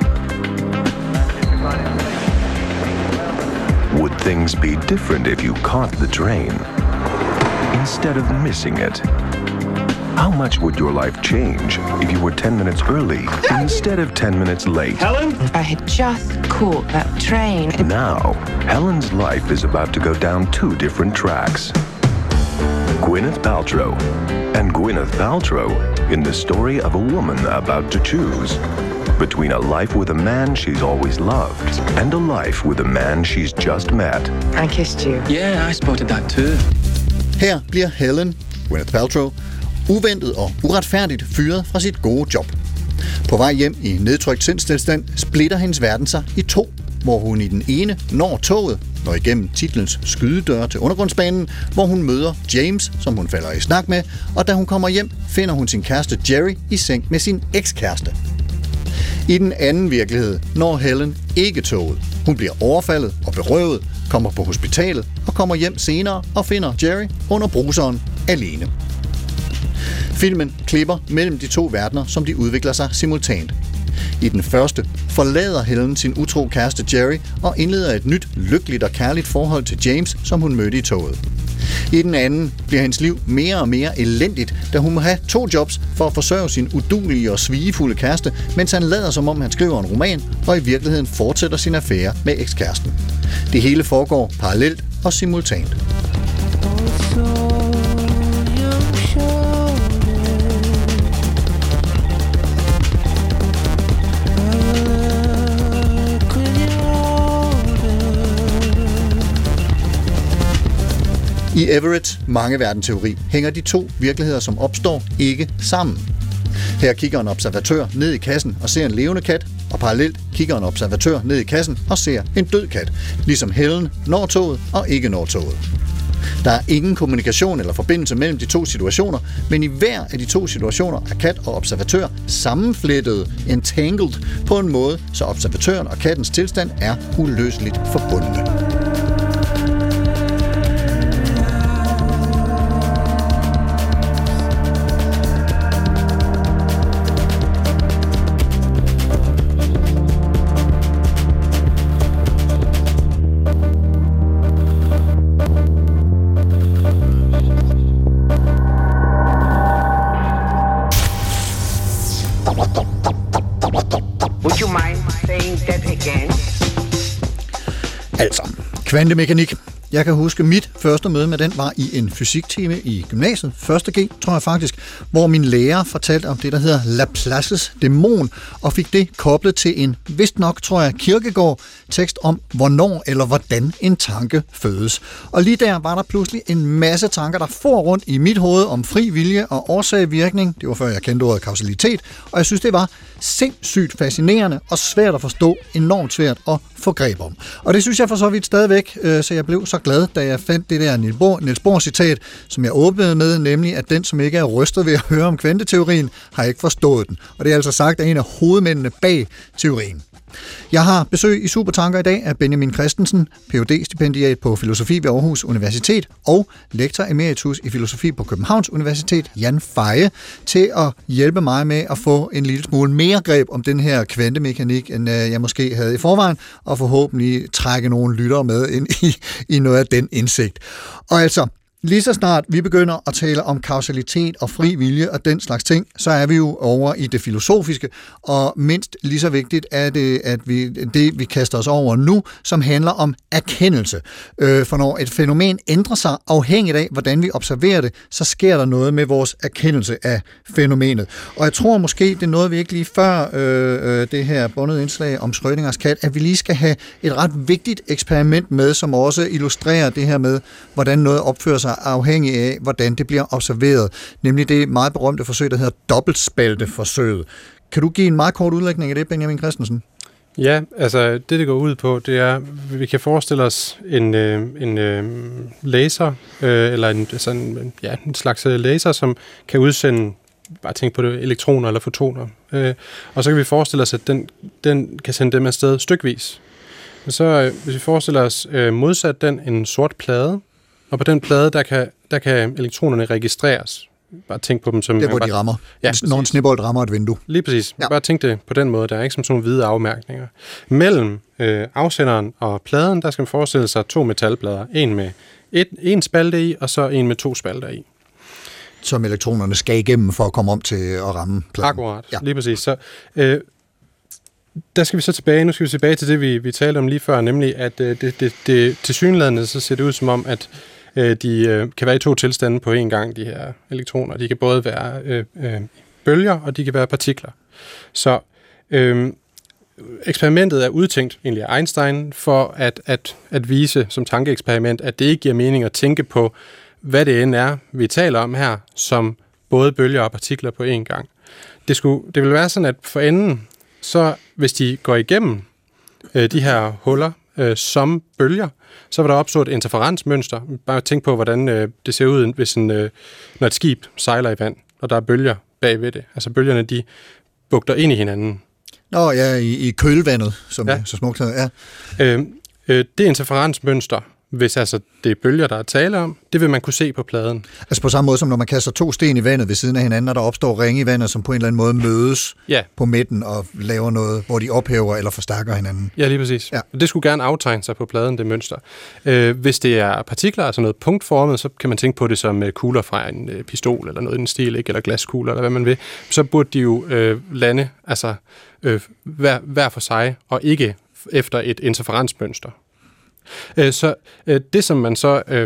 Would things be different if you caught the train instead of missing it? How much would your life change if you were 10 minutes early instead of 10 minutes late? Helen? I had just caught that train. Now, Helen's life is about to go down two different tracks. Gwyneth Paltrow and Gwyneth Paltrow in the story of a woman about to choose between a life with a man she's always loved and a life with a man she's just met. I kissed you. Yeah, I spotted that too. Her bliver Helen, Gwyneth Paltrow, uventet og uretfærdigt fyret fra sit gode job. På vej hjem i nedtrykt sindstilstand splitter hendes verden sig i to, hvor hun i den ene når toget, når igennem titlens skydedør til undergrundsbanen, hvor hun møder James, som hun falder i snak med, og da hun kommer hjem, finder hun sin kæreste Jerry i seng med sin ekskæreste. I den anden virkelighed når Helen ikke toget. Hun bliver overfaldet og berøvet, kommer på hospitalet og kommer hjem senere og finder Jerry under bruseren alene. Filmen klipper mellem de to verdener, som de udvikler sig simultant. I den første forlader Helen sin utro kæreste Jerry og indleder et nyt, lykkeligt og kærligt forhold til James, som hun mødte i toget. I den anden bliver hendes liv mere og mere elendigt, da hun må have 2 jobs for at forsørge sin uduelige og svigefulde kæreste, mens han lader som om han skriver en roman og i virkeligheden fortsætter sin affære med ekskæresten. Det hele foregår parallelt og simultant. I Everetts mangeverdenteori hænger de to virkeligheder, som opstår, ikke sammen. Her kigger en observatør ned i kassen og ser en levende kat, og parallelt kigger en observatør ned i kassen og ser en død kat, ligesom Helen når toget og ikke når toget. Der er ingen kommunikation eller forbindelse mellem de to situationer, men i hver af de to situationer er kat og observatør sammenflettede, entangled, på en måde, så observatøren og kattens tilstand er uløseligt forbundne. Would you mind saying that again? Altså, kvantemekanik. Jeg kan huske, mit første møde med den var i en fysiktime i gymnasiet, 1. G, tror jeg faktisk, hvor min lærer fortalte om det, der hedder Laplaces dæmon, og fik det koblet til en, vist nok, tror jeg, Kierkegaard tekst om, hvornår eller hvordan en tanke fødes. Og lige der var der pludselig en masse tanker, der for rundt i mit hoved om fri vilje og årsag-virkning. Det var før jeg kendte ordet kausalitet, og jeg synes, det var sindssygt fascinerende og svært at forstå, enormt svært at få greb om. Og det synes jeg for så vidt stadigvæk, så jeg blev så glad, da jeg fandt det der Niels Bohr-citat, som jeg åbnede med, nemlig at den, som ikke er rystet ved at høre om kvanteteorien, har ikke forstået den. Og det er altså sagt af en af hovedmændene bag teorien. Jeg har besøg i Supertanker i dag af Benjamin Christensen, Ph.D.-stipendiat på filosofi ved Aarhus Universitet og lektor emeritus i filosofi på Københavns Universitet, Jan Feje, til at hjælpe mig med at få en lille smule mere greb om den her kvantemekanik, end jeg måske havde i forvejen, og forhåbentlig trække nogle lyttere med ind i noget af den indsigt. Og altså, lige så snart vi begynder at tale om kausalitet og fri vilje og den slags ting, så er vi jo over i det filosofiske, og mindst lige så vigtigt er det, at vi kaster os over nu, som handler om erkendelse. For når et fænomen ændrer sig afhængigt af, hvordan vi observerer det, så sker der noget med vores erkendelse af fænomenet. Og jeg tror måske, det er noget, vi ikke lige før det her bundet indslag om Schrödingers kat, at vi lige skal have et ret vigtigt eksperiment med, som også illustrerer det her med, hvordan noget opfører sig afhængig af, hvordan det bliver observeret. Nemlig det meget berømte forsøg, der hedder dobbeltspalteforsøget. Kan du give en meget kort udlægning af det, Benjamin Christensen? Ja, altså det går ud på, det er, vi kan forestille os en laser, eller en slags laser, som kan udsende, bare tænk på det, elektroner eller fotoner. Og så kan vi forestille os, at den kan sende dem afsted stykvis. Og så hvis vi forestiller os modsat den en sort plade, og på den plade, der kan elektronerne registreres. Bare tænk på dem som... Der, hvor de rammer. Ja, når en snebold rammer et vindue. Lige præcis. Ja. Bare tænk det på den måde. Der er ikke som sådan nogle hvide afmærkninger. Mellem afsenderen og pladen, der skal man forestille sig 2 metalplader. En med en spalte i, og så en med 2 spalter i. Som elektronerne skal igennem for at komme om til at ramme pladen. Akkurat. Ja. Lige præcis. Så... der skal vi så tilbage. Nu skal vi tilbage til det, vi talte om lige før, nemlig at det tilsyneladende så ser det ud som om, at de kan være i 2 tilstande på én gang, de her elektroner. De kan både være bølger, og de kan være partikler. Så eksperimentet er udtænkt egentlig af Einstein for at vise som tankeeksperiment, at det ikke giver mening at tænke på, hvad det end er, vi taler om her, som både bølger og partikler på én gang. Det vil være sådan, at for enden, så hvis de går igennem de her huller som bølger, så vil der opstå et interferensmønster. Bare tænk på, hvordan det ser ud, hvis når et skib sejler i vand, og der er bølger bagved det. Altså bølgerne, de bugter ind i hinanden. Nå ja, i kølvandet, som ja. Så smukt hedder. Ja. Det interferensmønster, hvis altså det er bølger, der er tale om, det vil man kunne se på pladen. Altså på samme måde som når man kaster 2 sten i vandet ved siden af hinanden, og der opstår ringe i vandet, som på en eller anden måde mødes på midten og laver noget, hvor de ophæver eller forstærker hinanden. Ja, lige præcis. Ja. Det skulle gerne aftegne sig på pladen, det mønster. Hvis det er partikler, altså noget punktformet, så kan man tænke på det som kugler fra en pistol eller noget i den stil, ikke? Eller glaskugler, eller hvad man vil. Så burde de jo lande altså, hver for sig, og ikke efter et interferensmønster. Så det som man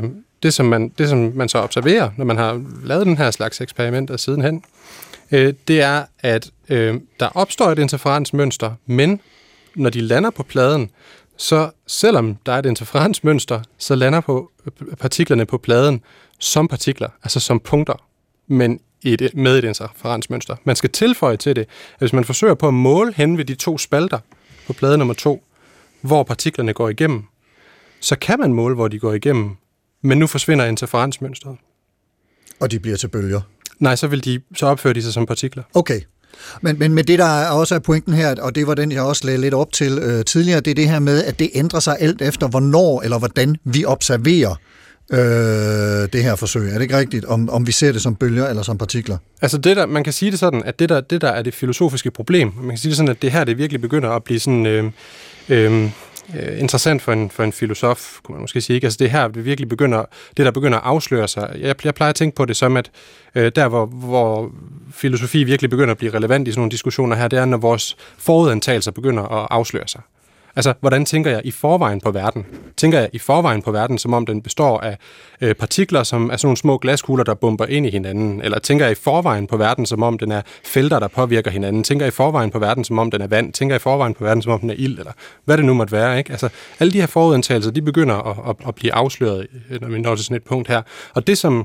så observerer, når man har lavet den her slags eksperimenter sidenhen, det er, at der opstår et interferensmønster, men når de lander på pladen, så selvom der er et interferensmønster, så lander partiklerne på pladen som partikler, altså som punkter, men med et interferensmønster. Man skal tilføje til det, at hvis man forsøger på at måle hen ved de 2 spalter på plade nummer 2, hvor partiklerne går igennem, så kan man måle, hvor de går igennem, men nu forsvinder interferensmønstret. Og de bliver til bølger? Nej, så opfører de sig som partikler. Okay. Men det, der også er pointen her, og det var den, jeg også lagde lidt op til tidligere, det er det her med, at det ændrer sig alt efter, hvornår eller hvordan vi observerer det her forsøg. Er det ikke rigtigt, om vi ser det som bølger eller som partikler? Altså man kan sige det sådan, at det der er det filosofiske problem. Man kan sige det sådan, at det her det virkelig begynder at blive sådan interessant for en filosof, kunne man måske sige. Ikke? Altså det her det virkelig begynder at afsløre sig. Jeg plejer at tænke på det som, at der hvor filosofi virkelig begynder at blive relevant i sådan nogle diskussioner her, det er, når vores forudantagelser begynder at afsløre sig. Altså, hvordan tænker jeg i forvejen på verden? Tænker jeg i forvejen på verden, som om den består af partikler, som er sådan nogle små glaskugler, der bomber ind i hinanden? Eller tænker jeg i forvejen på verden, som om den er felter, der påvirker hinanden? Tænker jeg i forvejen på verden, som om den er vand? Tænker jeg i forvejen på verden, som om den er ild? Eller hvad det nu måtte være, ikke? Altså, alle de her forudantagelser, de begynder at blive afsløret, når vi når til sådan et punkt her. Og det som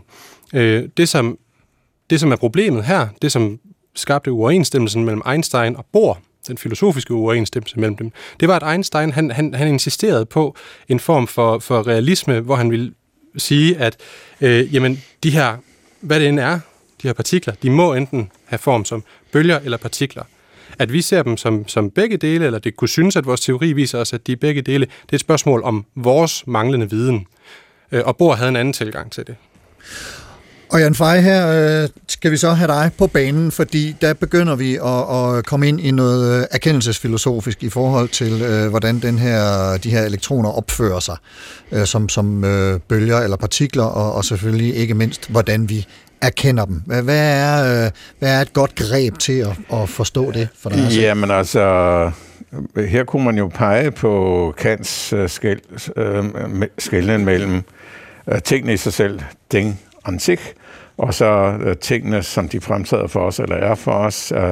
er problemet her, det som skabte uoverensstemmelsen mellem Einstein og Bohr, den filosofiske uoverensstemmelse mellem dem, det var, at Einstein han insisterede på en form for realisme, hvor han ville sige, at jamen, de her, hvad det end er, de her partikler, de må enten have form som bølger eller partikler. At vi ser dem som begge dele, eller det kunne synes, at vores teori viser os, at de er begge dele, det er et spørgsmål om vores manglende viden. Og Bohr havde en anden tilgang til det. Og Jan Fay, her skal vi så have dig på banen, fordi der begynder vi at komme ind i noget erkendelsesfilosofisk i forhold til, hvordan de her elektroner opfører sig som bølger eller partikler, og selvfølgelig ikke mindst, hvordan vi erkender dem. Hvad er et godt greb til at forstå det for dig? Jamen altså, her kunne man jo pege på Kants skelnen mellem tingene i sig selv, Ding an sich, og så tingene, som de fremtræder for os, eller er for os. Det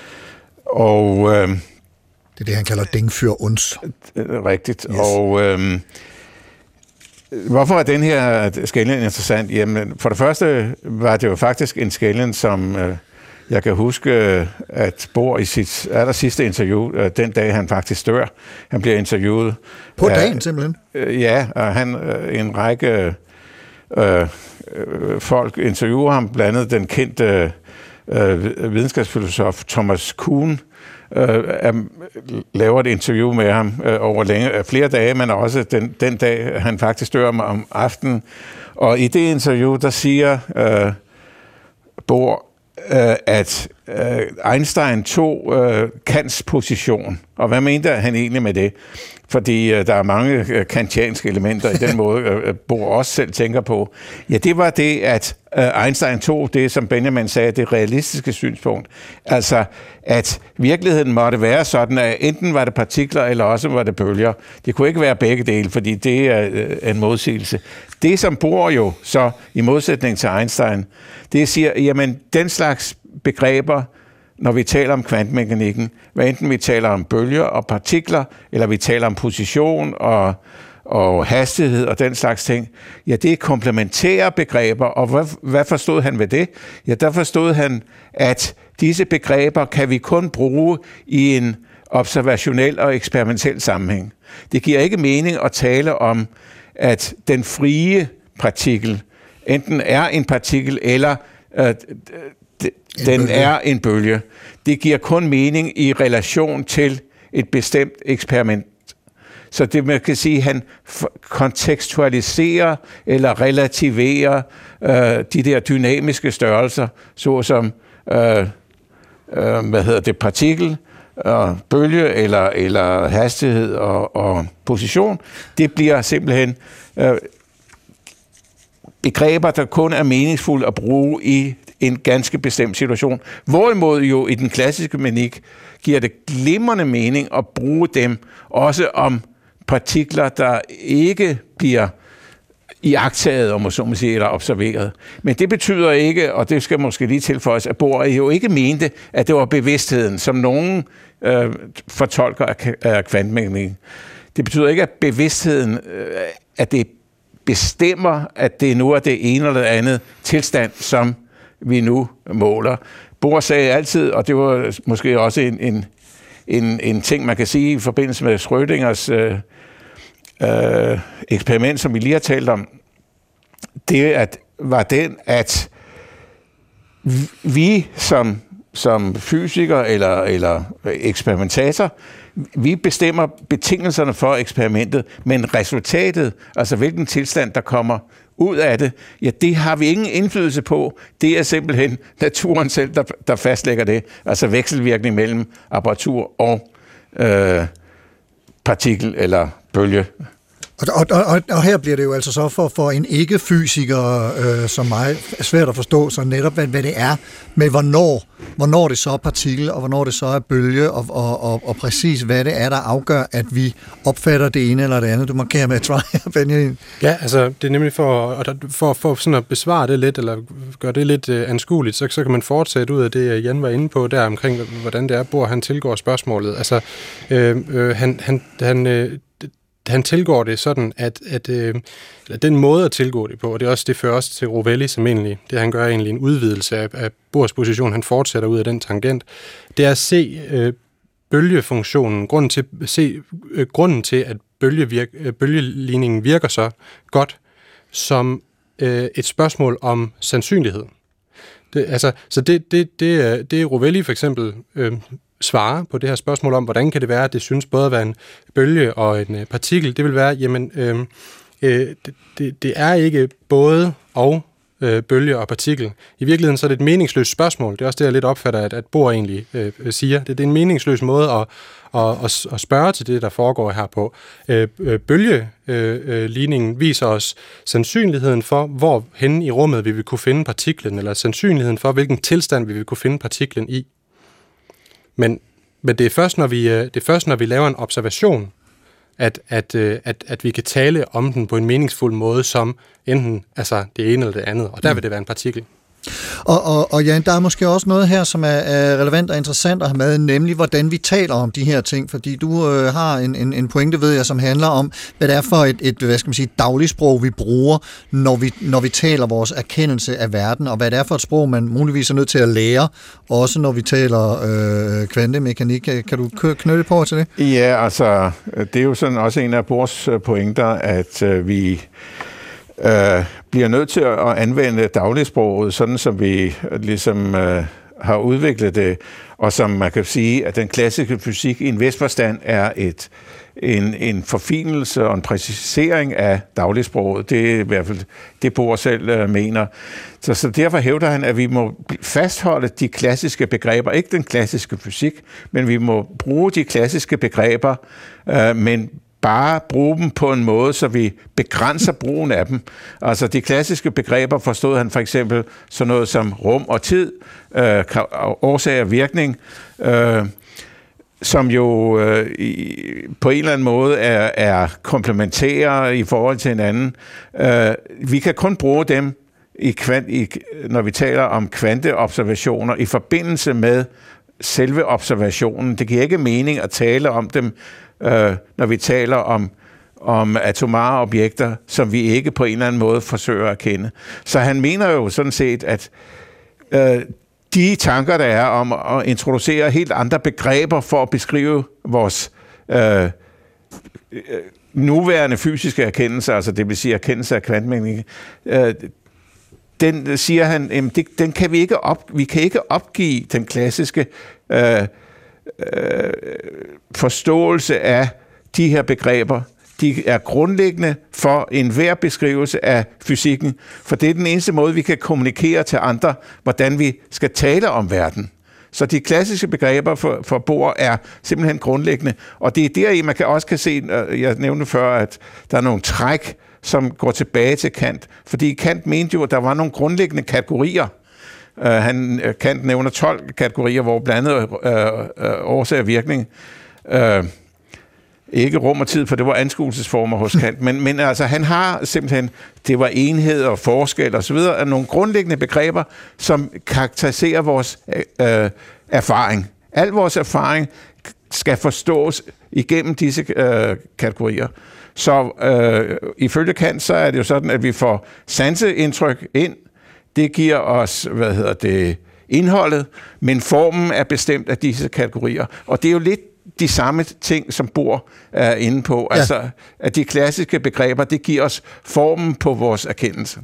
er det, han kalder Ding für uns. Rigtigt. Yes. Og hvorfor er den her skelnen interessant? Jamen, for det første var det jo faktisk en skelnen, som jeg kan huske, at Bohr i sit allersidste interview, den dag han faktisk dør, han bliver interviewet. På dagen simpelthen? Ja, og en række folk interviewer ham, blandt andet den kendte videnskabsfilosof Thomas Kuhn, laver et interview med ham over flere dage, men også den dag, han faktisk dør om aftenen. Og i det interview, der siger Bohr, at Einstein tog Kants position. Og hvad mente han egentlig med det? Fordi der er mange kantianske elementer i den måde, Bohr også selv tænker på. Ja, det var det, at Einstein tog det, som Benjamin sagde, det realistiske synspunkt. Altså, at virkeligheden måtte være sådan, at enten var det partikler, eller også var det bølger. Det kunne ikke være begge dele, fordi det er en modsigelse. Det, som Bohr jo så, i modsætning til Einstein, det siger, jamen, den slags begreber, når vi taler om kvantemekanikken, hvad enten vi taler om bølger og partikler, eller vi taler om position og hastighed og den slags ting, ja, det er komplementære begreber, og hvad forstod han ved det? Ja, der forstod han, at disse begreber kan vi kun bruge i en observationel og eksperimentel sammenhæng. Det giver ikke mening at tale om, at den frie partikel enten er en partikel, eller den er en bølge. Det giver kun mening i relation til et bestemt eksperiment. Så det man kan sige, han kontekstualiserer eller relativerer de der dynamiske størrelser, såsom partikel, bølge eller hastighed og position. Det bliver simpelthen begreber, der kun er meningsfulde at bruge i en ganske bestemt situation. Hvorimod jo i den klassiske mekanik giver det glimrende mening at bruge dem også om partikler, der ikke bliver iagttaget, om man så må sige, eller observeret. Men det betyder ikke, og det skal måske lige tilføjes, at Bohr jo ikke mente, at det var bevidstheden, som nogen fortolker af kvantemekanik. Det betyder ikke, at bevidstheden, at det bestemmer, at det nu er det ene eller det andet tilstand, som vi nu måler. Bohr sagde altid, og det var måske også en ting, man kan sige i forbindelse med Schrödingers eksperiment, som vi lige har talt om, det var den, at vi som fysikere eller eksperimentator, vi bestemmer betingelserne for eksperimentet, men resultatet, altså hvilken tilstand, der kommer ud af det, ja, det har vi ingen indflydelse på. Det er simpelthen naturen selv, der fastlægger det. Altså vekselvirkning mellem apparatur og partikel eller bølge Og her bliver det jo altså så for en ikke-fysiker som mig svært at forstå så netop, hvad det er med, hvornår det så er partikel, og hvornår det så er bølge, og præcis hvad det er, der afgør, at vi opfatter det ene eller det andet. Du markerer med et try, Benjamin. Ja, altså det er nemlig for sådan at besvare det lidt, eller gøre det lidt anskueligt, så kan man fortsætte ud af det, Jan var inde på der, omkring hvordan det er, Bohr han tilgår spørgsmålet. Altså, han tilgår det sådan, at den måde at tilgå det på, og det fører også til Rovelli, som egentlig, det han gør egentlig en udvidelse af Bohrs position, han fortsætter ud af den tangent, det er at se bølgefunktionen, grunden til, at bølgeligningen virker så godt, som et spørgsmål om sandsynlighed. Det Rovelli for eksempel svare på det her spørgsmål om, hvordan kan det være, at det synes både at være en bølge og en partikel, det vil være, jamen, det er ikke både og bølge og partikel. I virkeligheden så er det et meningsløst spørgsmål. Det er også det, jeg lidt opfatter, at Bohr egentlig siger. Det er en meningsløs måde at spørge til det, der foregår her på. Bølgeligningen viser os sandsynligheden for, hvor henne i rummet vi vil kunne finde partiklen, eller sandsynligheden for, hvilken tilstand vi vil kunne finde partiklen i. Men det er først, når vi laver en observation, at vi kan tale om den på en meningsfuld måde, som enten altså det ene eller det andet, og der vil det være en partikel. Og ja, der er måske også noget her, som er relevant og interessant at have med, nemlig hvordan vi taler om de her ting, fordi du har en pointe, ved jeg, som handler om, hvad det er for et hvad skal man sige, dagligsprog, vi bruger, når vi taler vores erkendelse af verden, og hvad det er for et sprog, man muligvis er nødt til at lære, også når vi taler kvantemekanik. Kan du knytte på til det? Ja, altså, det er jo sådan også en af Bohrs pointer, at vi bliver nødt til at anvende dagligsproget, sådan som vi ligesom har udviklet det, og som man kan sige, at den klassiske fysik i en vis forstand er en forfinelse og en præcisering af dagligsproget. Det er i hvert fald det, Bohr selv mener. Så derfor hævder han, at vi må fastholde de klassiske begreber, ikke den klassiske fysik, men vi må bruge de klassiske begreber, men bare bruge dem på en måde, så vi begrænser brugen af dem. Altså de klassiske begreber forstod han for eksempel sådan noget som rum og tid, årsag og virkning, som jo på en eller anden måde er komplementære i forhold til hinanden. Vi kan kun bruge dem, når vi taler om kvanteobservationer, i forbindelse med selve observationen. Det giver ikke mening at tale om dem, når vi taler om atomare objekter, som vi ikke på en eller anden måde forsøger at kende. Så han mener jo sådan set, at de tanker, der er om at introducere helt andre begreber for at beskrive vores nuværende fysiske erkendelse, altså det vil sige erkendelse af kvantemekanik, den siger han, den kan vi kan ikke opgive den klassiske forståelse af de her begreber. De er grundlæggende for enhver beskrivelse af fysikken, for det er den eneste måde, vi kan kommunikere til andre, hvordan vi skal tale om verden. Så de klassiske begreber for Bohr er simpelthen grundlæggende, og det er der, man også kan se, jeg nævnte før, at der er nogle træk, som går tilbage til Kant, fordi Kant mente jo, at der var nogle grundlæggende kategorier. Kant nævner 12 kategorier, hvor blandt andet årsag og virkning, ikke rum og tid, for det var anskuelsesformer hos Kant, men altså han har simpelthen, det var enhed og forskel og så videre, nogle grundlæggende begreber, som karakteriserer vores erfaring. Al vores erfaring skal forstås igennem disse kategorier. Så ifølge Kant, så er det jo sådan, at vi får sanseindtryk ind. Det giver os, indholdet, men formen er bestemt af disse kategorier. Og det er jo lidt de samme ting, som Bohr er inde på. Ja. Altså, at de klassiske begreber, det giver os formen på vores erkendelse.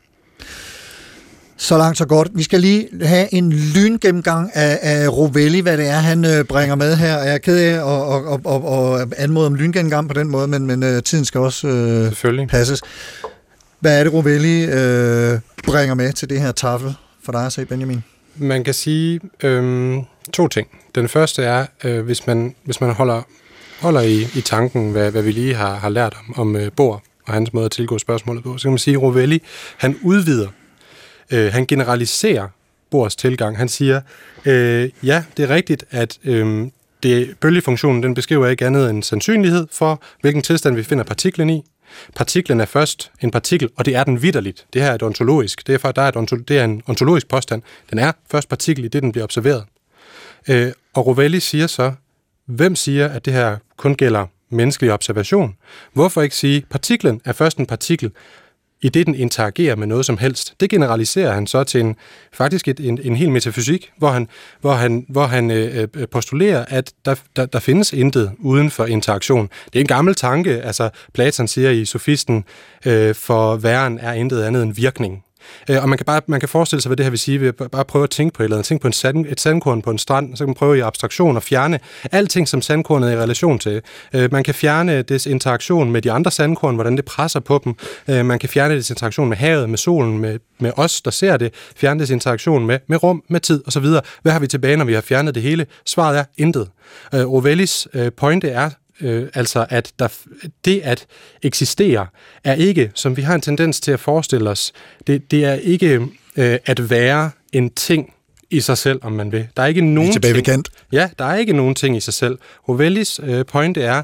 Så langt, så godt. Vi skal lige have en lyngennemgang af Rovelli, hvad det er, han bringer med her. Jeg er ked af at anmode om lyngennemgang på den måde, men tiden skal også passes. Hvad er det, Rovelli bringer med til det her tafel for dig at se, Benjamin? Man kan sige 2 ting. Den første er, hvis man holder holder i tanken, hvad vi lige har lært om Bohr og hans måde at tilgå spørgsmålet på, så kan man sige, at Rovelli, han udvider, han generaliserer Bohrs tilgang. Han siger, ja, det er rigtigt, at bølgefunktionen, den beskriver ikke andet end sandsynlighed for, hvilken tilstand vi finder partiklen i. Partiklen er først en partikel, og det er den vitterligt. Det her er et ontologisk. Det er en ontologisk påstand. Den er først partikel i det, den bliver observeret. Og Rovelli siger så, hvem siger, at det her kun gælder menneskelig observation? Hvorfor ikke sige, at partiklen er først en partikel, i det den interagerer med noget som helst? Det generaliserer han så til en hel metafysik, hvor han postulerer, at der findes intet uden for interaktion. Det er en gammel tanke, altså Platon siger i Sofisten, for væren er intet andet end virkning. Og man kan forestille sig, hvad det her vil sige, ved at bare prøve at tænke på et eller andet. Tænk på et sandkorn på en strand, så kan man prøve i abstraktion at fjerne alting, som sandkornet er i relation til. Man kan fjerne dets interaktion med de andre sandkorn, hvordan det presser på dem. Man kan fjerne dets interaktion med havet, med solen, med os, der ser det. Fjerne dets interaktion med rum, med tid osv. Hvad har vi tilbage, når vi har fjernet det hele? Svaret er intet. Rovellis pointe er, altså at det at eksistere er ikke, som vi har en tendens til at forestille os, det er ikke at være en ting i sig selv, om man vil. Der er ikke nogen ting. Ja, der er ikke nogen ting i sig selv. Rovellis pointe er,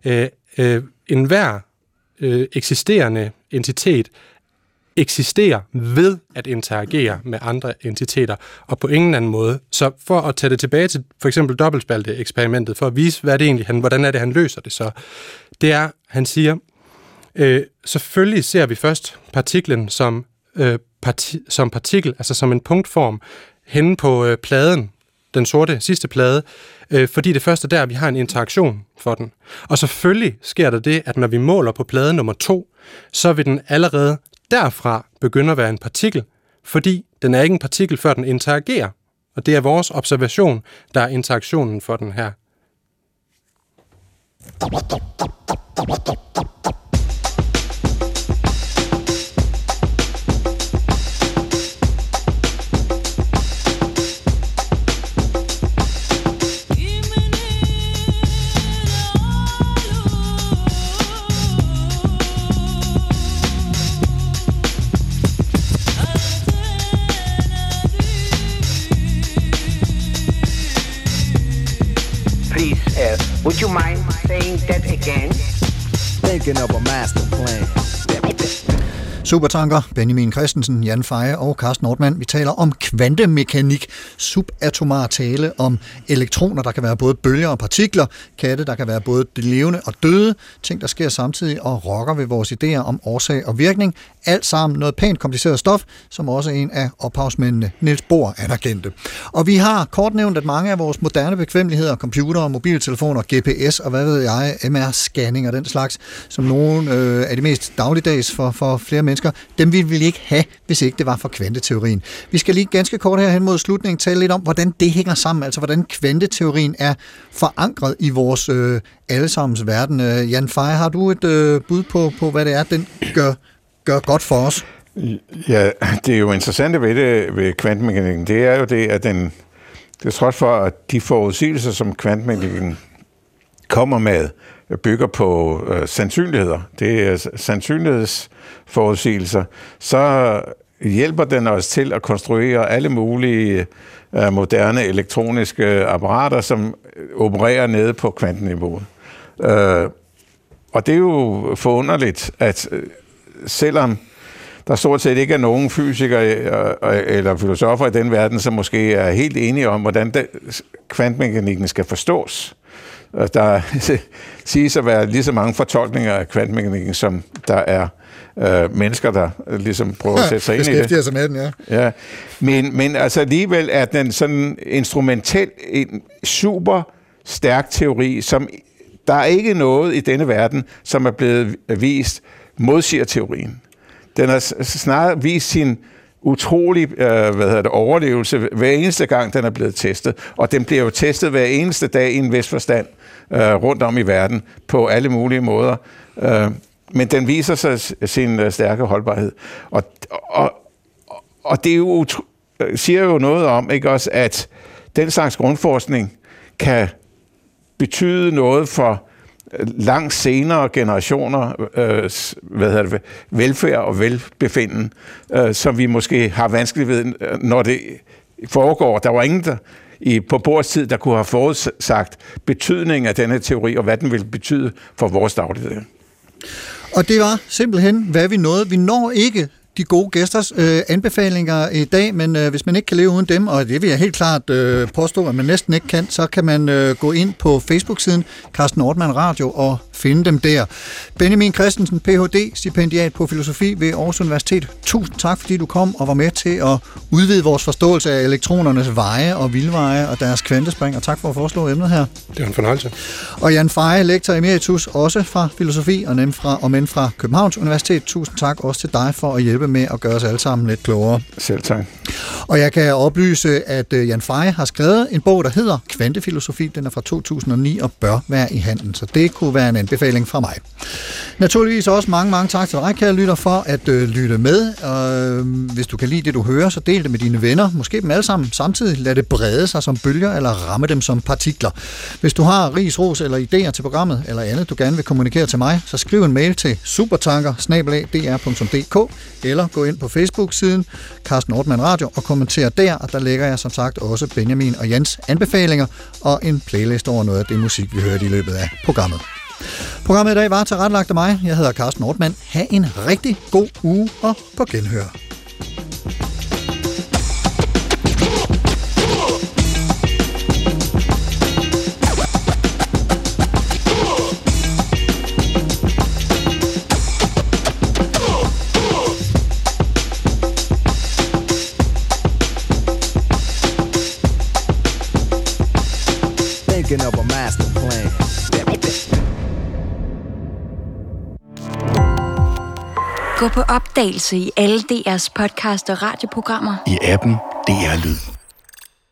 enhver eksisterende entitet eksisterer ved at interagere med andre entiteter, og på ingen anden måde. Så for at tage det tilbage til for eksempel dobbeltspalte-eksperimentet, for at vise, hvad det egentlig hvordan er det, han løser det så, det er, han siger, selvfølgelig ser vi først partiklen som partikel, altså som en punktform, henne på pladen, den sorte sidste plade, fordi det første der, vi har en interaktion for den. Og selvfølgelig sker der det, at når vi måler på plade nummer 2, så vil den allerede derfra begynde at være en partikel, fordi den er ikke en partikel, før den interagerer. Og det er vores observation, der er interaktionen for den her. Would you mind saying that again? Thinking of a master plan. Supertanker, Benjamin Christensen, Jan Feje og Carsten Nordmann. Vi taler om kvantemekanik, subatomar tale, om elektroner, der kan være både bølger og partikler, katte, der kan være både levende og døde, ting, der sker samtidig og rokker ved vores idéer om årsag og virkning. Alt sammen noget pænt kompliceret stof, som også en af ophavsmændene, Niels Bohr, anerkendte. Og vi har kort nævnt, at mange af vores moderne bekvemmeligheder, computere, mobiltelefoner, GPS og hvad ved jeg, MR-scanning og den slags, som nogle af de mest dagligdags for flere mennesker, dem ville vi ikke have, hvis ikke det var for kvanteteorien. Vi skal lige ganske kort her hen mod slutningen tale lidt om, hvordan det hænger sammen, altså hvordan kvanteteorien er forankret i vores allesammens verden. Jan Feje, har du et bud på, hvad det er, den gør godt for os? Ja, det er jo interessant ved kvantemekanikken, det er jo det, at det er trods for, at de forudsigelser, som kvantemekanikken kommer med, bygger på sandsynligheder. Det er sandsynlighedsforudsigelser. Så hjælper den os til at konstruere alle mulige moderne elektroniske apparater, som opererer nede på kvanteniveauet. Og det er jo forunderligt, at selvom der stort set ikke er nogen fysikere eller filosofer i den verden, som måske er helt enige om, hvordan kvantemekanikken skal forstås. Der siges at være lige så mange fortolkninger af kvantemekanikken, som der er mennesker, der ligesom prøver at sætte sig ind i det. Beskæftiger sig med den, ja. Ja. Men altså alligevel er den sådan instrumentel, en super stærk teori, som der er ikke noget i denne verden, som er blevet vist modsiger teorien. Den har snart vist sin utrolig overlevelse hver eneste gang, den er blevet testet. Og den bliver jo testet hver eneste dag i en vis forstand rundt om i verden på alle mulige måder. Men den viser sig sin stærke holdbarhed. Og det er jo, siger jo noget om, ikke også, at den slags grundforskning kan betyde noget for langt senere generationer velfærd og velbefinden, som vi måske har vanskeligt ved, når det foregår. Der var ingen, der på Bohrs tid, der kunne have forudsagt betydningen af denne teori, og hvad den ville betyde for vores dagligdag. Og det var simpelthen, hvad vi nåede. Vi når ikke de gode gæsters anbefalinger i dag, men hvis man ikke kan leve uden dem, og det vil jeg helt klart påstå, at man næsten ikke kan, så kan man gå ind på Facebook-siden Carsten Nordmann Radio og finde dem der. Benjamin Christensen, Ph.D., stipendiat på filosofi ved Aarhus Universitet. Tusind tak, fordi du kom og var med til at udvide vores forståelse af elektronernes veje og vildveje og deres kvantespring, og tak for at foreslå emnet her. Det var en fornøjelse. Og Jan Feje, lektor emeritus, også fra filosofi og men fra Københavns Universitet. Tusind tak også til dig for at hjælpe med at gøre os alle sammen lidt klogere. Selv tak. Og jeg kan oplyse, at Jan Feje har skrevet en bog, der hedder Kvantefilosofi. Den er fra 2009 og bør være i handlen, så det kunne være en anbefaling fra mig. Naturligvis også mange tak til dig, kære lytter, for at lytte med. Hvis du kan lide det, du hører, så del det med dine venner. Måske dem alle sammen samtidig. Lad det brede sig som bølger, eller ramme dem som partikler. Hvis du har ris, ros eller idéer til programmet, eller andet, du gerne vil kommunikere til mig, så skriv en mail til supertanker@dr.dk, eller gå ind på Facebook-siden Carsten Nordmann Radio og kommenter der, og der lægger jeg som sagt også Benjamin og Jens anbefalinger og en playlist over noget af det musik, vi hørte i løbet af programmet. Programmet i dag var tilrettelagt af mig. Jeg hedder Carsten Nordmann. Ha' en rigtig god uge og på genhør. Of a master plan. Gå på opdagelse i alle DR's podcast og radioprogrammer. I appen DR Lyd.